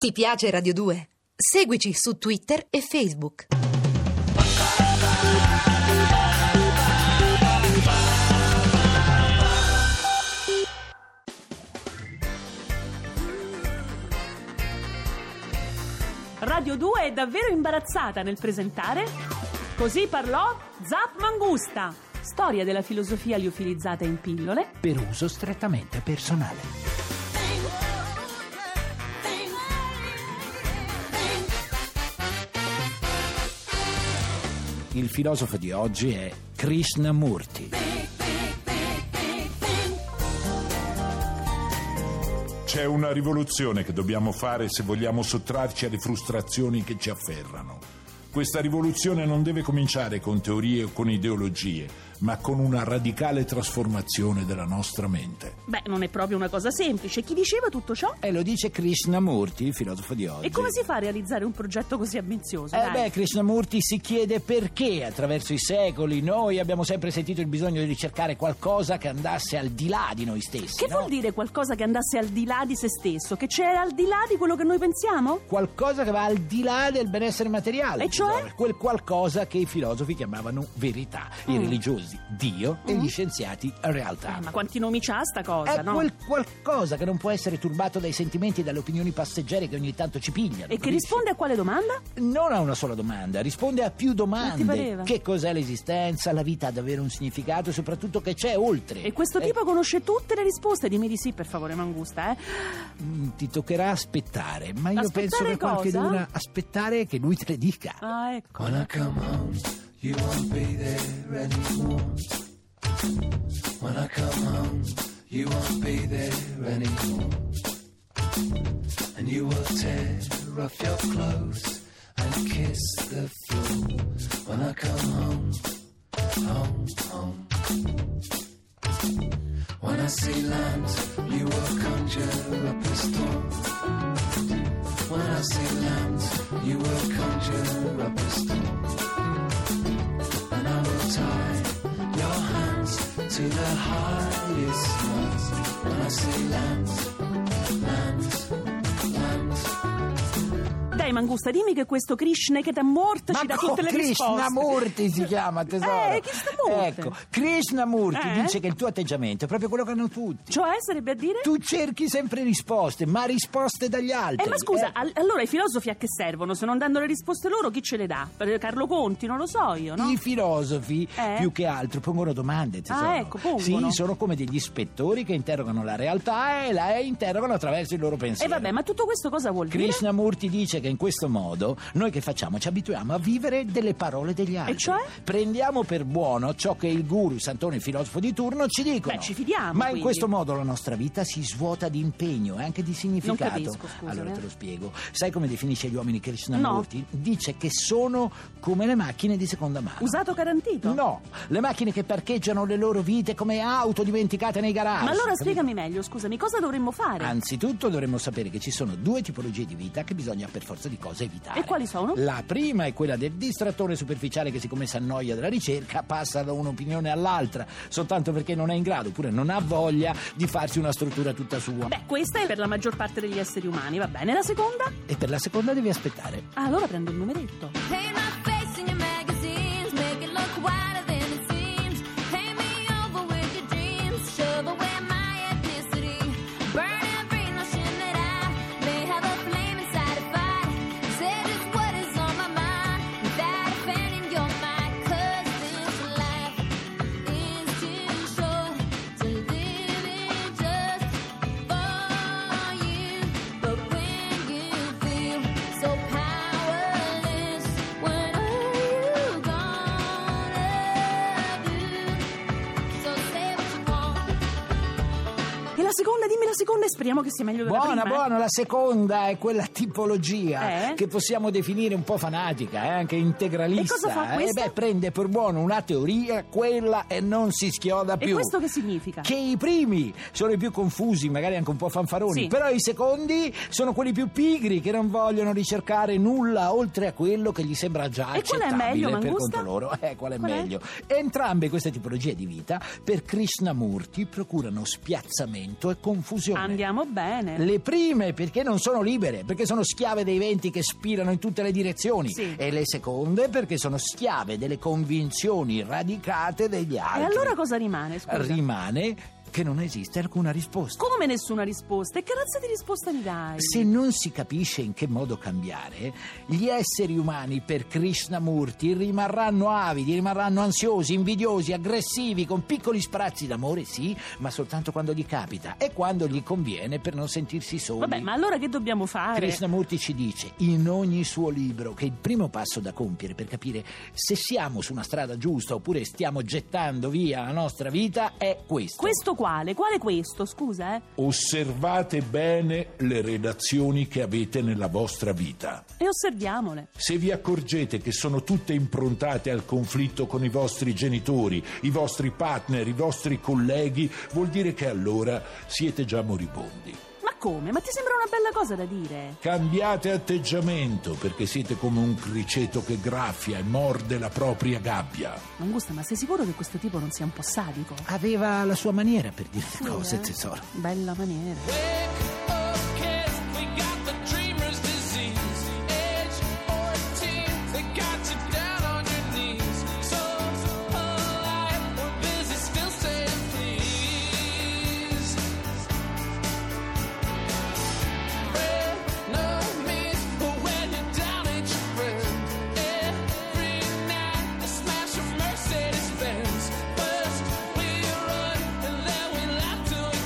Ti piace Radio 2? Seguici su Twitter e Facebook. Radio 2 è davvero imbarazzata nel presentare Così parlò Zap Mangusta, storia della filosofia liofilizzata in pillole per uso strettamente personale. Il filosofo di oggi è Krishnamurti. C'è una rivoluzione che dobbiamo fare se vogliamo sottrarci alle frustrazioni che ci afferrano. Questa rivoluzione non deve cominciare con teorie o con ideologie, ma con una radicale trasformazione della nostra mente. Beh, non è proprio una cosa semplice. Chi diceva tutto ciò? Lo dice Krishnamurti, il filosofo di oggi. E come si fa a realizzare un progetto così ambizioso? Krishnamurti si chiede perché attraverso i secoli noi abbiamo sempre sentito il bisogno di ricercare qualcosa che andasse al di là di noi stessi. Che vuol dire qualcosa che andasse al di là di se stesso? Che c'è al di là di quello che noi pensiamo? Qualcosa che va al di là del benessere materiale. E cioè? Quel qualcosa che i filosofi chiamavano verità, i religiosi Dio e gli scienziati realtà. Ma quanti nomi c'ha sta cosa, È no? quel qualcosa che non può essere turbato dai sentimenti e dalle opinioni passeggere che ogni tanto ci pigliano. E che risponde a quale domanda? Non a una sola domanda, risponde a più domande. Ti pareva? Che cos'è l'esistenza? La vita ha davvero un significato e soprattutto che c'è oltre. E questo tipo conosce tutte le risposte. Dimmi di sì, per favore, Mangusta, Ti toccherà aspettare, ma io Aspettare penso che cosa? qualcheduna aspettare che lui te le dica. Ah, ecco. When I come home, you won't be there anymore. When I come home, you won't be there anymore. And you will tear off your clothes and kiss the floor. When I come home, home, home. When I see land, you will conjure up a storm. When I see land, you will conjure up a storm. And I will tie your hands to the highest notes. When I see land, land, land. Dai, Mangusta, dimmi che questo Krishnamurti ci dà tutte le risposte. Krishnamurti si chiama, tesoro. Krishnamurti. Ecco, Krishnamurti Eh? dice che il tuo atteggiamento è proprio quello che hanno tutti. Cioè, sarebbe a dire? Tu cerchi sempre risposte, ma risposte dagli altri. Ma scusa, allora i filosofi a che servono? Se non danno le risposte loro, chi ce le dà? Per Carlo Conti, non lo so io, no? I filosofi, Eh? più che altro, pongono domande, tesoro. Ah, ecco, pongono. Sì, sono come degli ispettori che interrogano la realtà e la interrogano attraverso il loro E pensiero. vabbè, ma tutto questo cosa vuol dire? Krishnamurti dice che in questo modo noi che facciamo? Ci abituiamo a vivere delle parole degli altri. E cioè? Prendiamo per buono ciò che il guru, il santone, il filosofo di turno ci dicono. Beh, ci fidiamo, Ma in quindi. questo modo la nostra vita si svuota di impegno e anche di significato. Non capisco, scusa. Allora te lo spiego. Sai come definisce gli uomini Krishnamurti? Dice che sono come le macchine di seconda mano. Usato garantito? No, le macchine che parcheggiano le loro vite come auto dimenticate nei garage. Ma allora capito? spiegami meglio, scusami, cosa dovremmo fare? Anzitutto dovremmo sapere che ci sono due tipologie di vita che bisogna per forza di cose evitare. E quali sono? La prima è quella del distrattore superficiale che, siccome si annoia della ricerca, passa da un'opinione all'altra soltanto perché non è in grado oppure non ha voglia di farsi una struttura tutta sua. Beh, questa è per la maggior parte degli esseri umani, va bene. La seconda? E per la seconda devi aspettare. Ah, allora prendo il numeretto. Paint my face in your magazines, make it look whiter than it seems. Paint me over with your dreams, shove away my ethnicity. Burn every notion that I may have a flame inside a fire. Say just what is on my mind, without offending your mind. 'Cause this life is too short to live it just for you. But when you feel so powerless, what are you gonna do? So say what you want. E la seconda? Dimmi la seconda e speriamo che sia meglio della Buona, prima. buona, la seconda è quella tipologia Eh? che possiamo definire un po' fanatica, anche integralista. E cosa fa questa? Prende per buono una teoria, quella, e non si schioda E più. questo che significa? Che i primi sono i più confusi, magari anche un po' fanfaroni, Sì. però i secondi sono quelli più pigri che non vogliono ricercare nulla oltre a quello che gli sembra già E qual è accettabile meglio, per Mangusta? conto loro. Qual è Qual è? meglio? Entrambe queste tipologie di vita per Krishnamurti procurano spiazzamento e confusione confusione. Andiamo bene. Le prime perché non sono libere, perché sono schiave dei venti che spirano in tutte le direzioni. Sì. E le seconde perché sono schiave delle convinzioni radicate degli altri. E allora cosa rimane, scusa? Rimane che non esiste alcuna risposta. Come nessuna risposta? E che razza di risposta mi dai? Se non si capisce in che modo cambiare, gli esseri umani per Krishnamurti rimarranno avidi, rimarranno ansiosi, invidiosi, aggressivi, con piccoli sprazzi d'amore, sì, ma soltanto quando gli capita e quando gli conviene per non sentirsi soli. Vabbè, ma allora che dobbiamo fare? Krishnamurti ci dice in ogni suo libro che il primo passo da compiere per capire se siamo su una strada giusta oppure stiamo gettando via la nostra vita è questo. Questo quale? Quale questo? Scusa, eh? Osservate bene le relazioni che avete nella vostra vita. E osserviamole. Se vi accorgete che sono tutte improntate al conflitto con i vostri genitori, i vostri partner, i vostri colleghi, vuol dire che allora siete già moribondi. Ma come? Ma ti sembra una bella cosa da dire? Cambiate atteggiamento perché siete come un criceto che graffia e morde la propria gabbia. Mangusta, ma sei sicuro che questo tipo non sia un po' sadico? Aveva la sua maniera per dire le cose, eh? tesoro. Bella maniera. Wake up, kids, we got the dreamer's disease. Age 14, they got you down on your knees. So polite, we're busy still saying please. Enemies, but when you're down ain't your friend. Every night, they smash a Mercedes-Benz. First we run, and then we laugh till we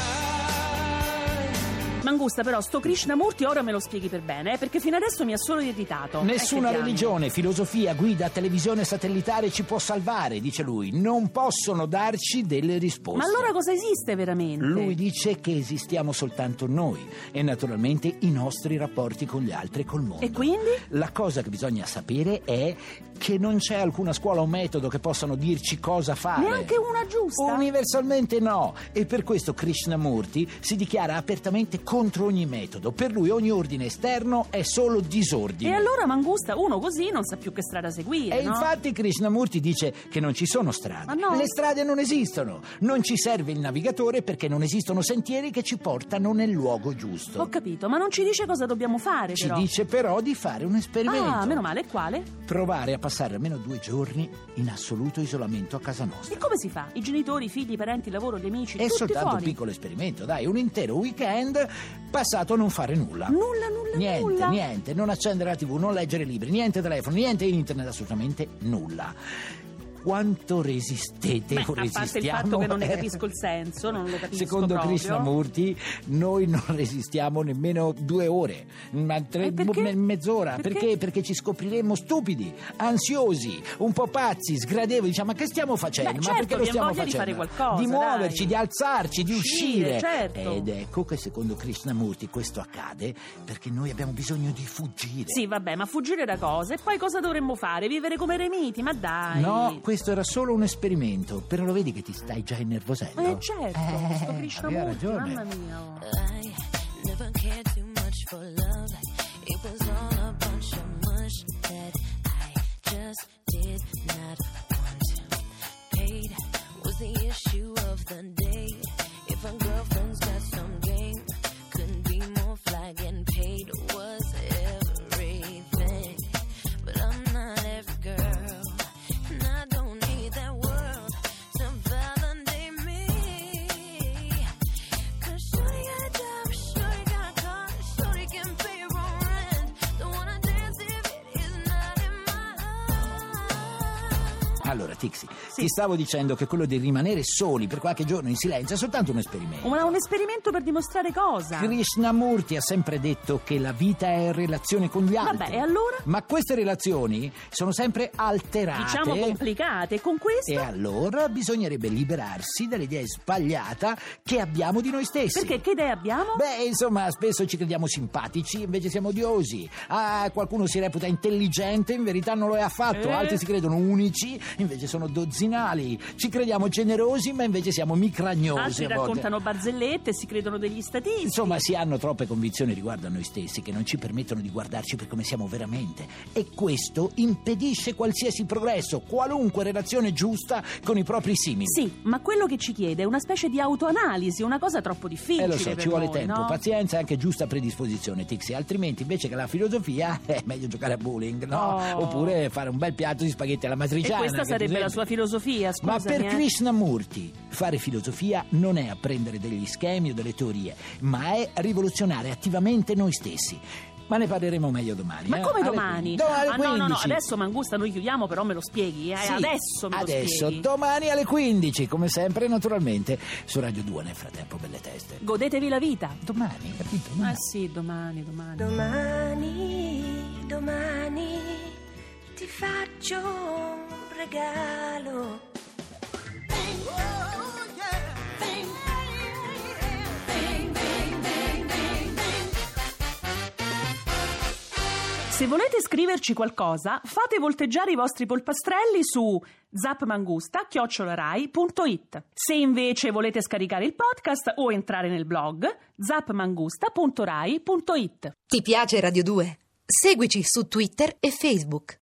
cry. Mangusta, però, sto Krishnamurti ora me lo spieghi per bene, perché fino adesso mi ha solo irritato. Nessuna che religione, filosofia, guida, televisione satellitare ci può salvare, dice lui. Non possono darci delle risposte. Ma allora cosa esiste veramente? Lui dice che esistiamo soltanto noi e naturalmente i nostri rapporti con gli altri e col mondo. E quindi? La cosa che bisogna sapere è che non c'è alcuna scuola o metodo che possano dirci cosa fare. Neanche una giusta? Universalmente no. E per questo Krishnamurti si dichiara apertamente contro ogni metodo. Per lui ogni ordine esterno è solo disordine. E allora, Mangusta, uno così non sa più che strada seguire, E no? infatti Krishnamurti dice che non ci sono strade. Ma no? Le strade non esistono. Non ci serve il navigatore perché non esistono sentieri che ci portano nel luogo giusto. Ho capito, ma non ci dice cosa dobbiamo fare, Ci però. dice però di fare un esperimento. Ah, meno male, quale? Provare a passare almeno 2 giorni in assoluto isolamento a casa nostra. E come si fa? I genitori, i figli, i parenti, il lavoro, gli amici, È tutti soltanto fuori? un piccolo esperimento, dai, un intero weekend passato a non fare nulla. Nulla, Niente, non accendere la TV, non leggere libri, niente telefono, niente internet, assolutamente nulla. Quanto resistete Beh, o a parte il resistiamo? fatto che non ne capisco il senso, non lo capisco Secondo proprio. Krishnamurti noi non resistiamo nemmeno 2 ore, ma E perché? mezz'ora. Perché? Perché ci scopriremo stupidi, ansiosi, un po' pazzi, sgradevoli. Diciamo, ma che stiamo facendo? Beh, ma certo, perché lo abbiamo stiamo voglia di facendo? fare qualcosa, Di muoverci, dai. di alzarci, di uscire. Certo. Ed ecco che secondo Krishnamurti questo accade perché noi abbiamo bisogno di fuggire. Sì, vabbè, ma fuggire da cosa? E poi cosa dovremmo fare? Vivere come eremiti? Ma dai! No, questo era solo un esperimento, però lo vedi che ti stai già innervosendo? Certo, sto aveva Krishnamurti, ragione. mamma mia. I never cared too much for love. It was all a bunch of mush that I just did not want. Paid was the issue of the day. If a girlfriend's got some game, couldn't be more fly. Getting paid was everything. But I'm not every girl, and I don't need that world to validate me. 'Cause shorty got a job, shorty got a car, shorty can pay her own rent. Don't wanna dance if it is not in my heart. Allora, Tixi, ti stavo dicendo che quello di rimanere soli per qualche giorno in silenzio è soltanto un esperimento. Un esperimento per dimostrare cosa? Krishnamurti ha sempre detto che la vita è in relazione con gli altri. Vabbè, e allora? Ma queste relazioni sono sempre alterate. Diciamo complicate. E con questo? E allora bisognerebbe liberarsi dall'idea sbagliata che abbiamo di noi stessi. Perché che idee abbiamo? Beh, insomma, spesso ci crediamo simpatici, invece siamo odiosi. Ah, qualcuno si reputa intelligente, in verità non lo è affatto. Altri si credono unici, invece sono dozzinali. Ci crediamo generosi, ma invece siamo micragnosi. Altri a volte. raccontano barzellette, si credono degli statisti. Insomma, si hanno troppe convinzioni riguardo a noi stessi che non ci permettono di guardarci per come siamo veramente. E questo impedisce qualsiasi progresso, qualunque relazione giusta con i propri simili. Sì, ma quello che ci chiede è una specie di autoanalisi, una cosa troppo difficile. Lo so, per ci vuole noi, tempo, no? pazienza e anche giusta predisposizione, Tixi. Altrimenti, invece che la filosofia, è meglio giocare a bowling, no? Oh. Oppure fare un bel piatto di spaghetti alla E matriciana. questa che sarebbe tu la senti. sua filosofia, Ma scusami. per Krishnamurti fare filosofia non è apprendere degli schemi o delle teorie, ma è rivoluzionare attivamente noi stessi. Ma ne parleremo meglio domani. Ma come Alle domani? 15. Domani alle no, 15. adesso Mangusta noi chiudiamo, però me lo spieghi, Sì, adesso me lo adesso, spieghi. domani alle 15, come sempre, naturalmente, su Radio 2. Nel frattempo, belle teste. Godetevi la vita. Domani, capito? Ah sì, domani. Domani ti faccio un regalo. Se volete scriverci qualcosa, fate volteggiare i vostri polpastrelli su zapmangusta@rai.it. Se invece volete scaricare il podcast o entrare nel blog, zapmangusta.rai.it. Ti piace Radio 2? Seguici su Twitter e Facebook.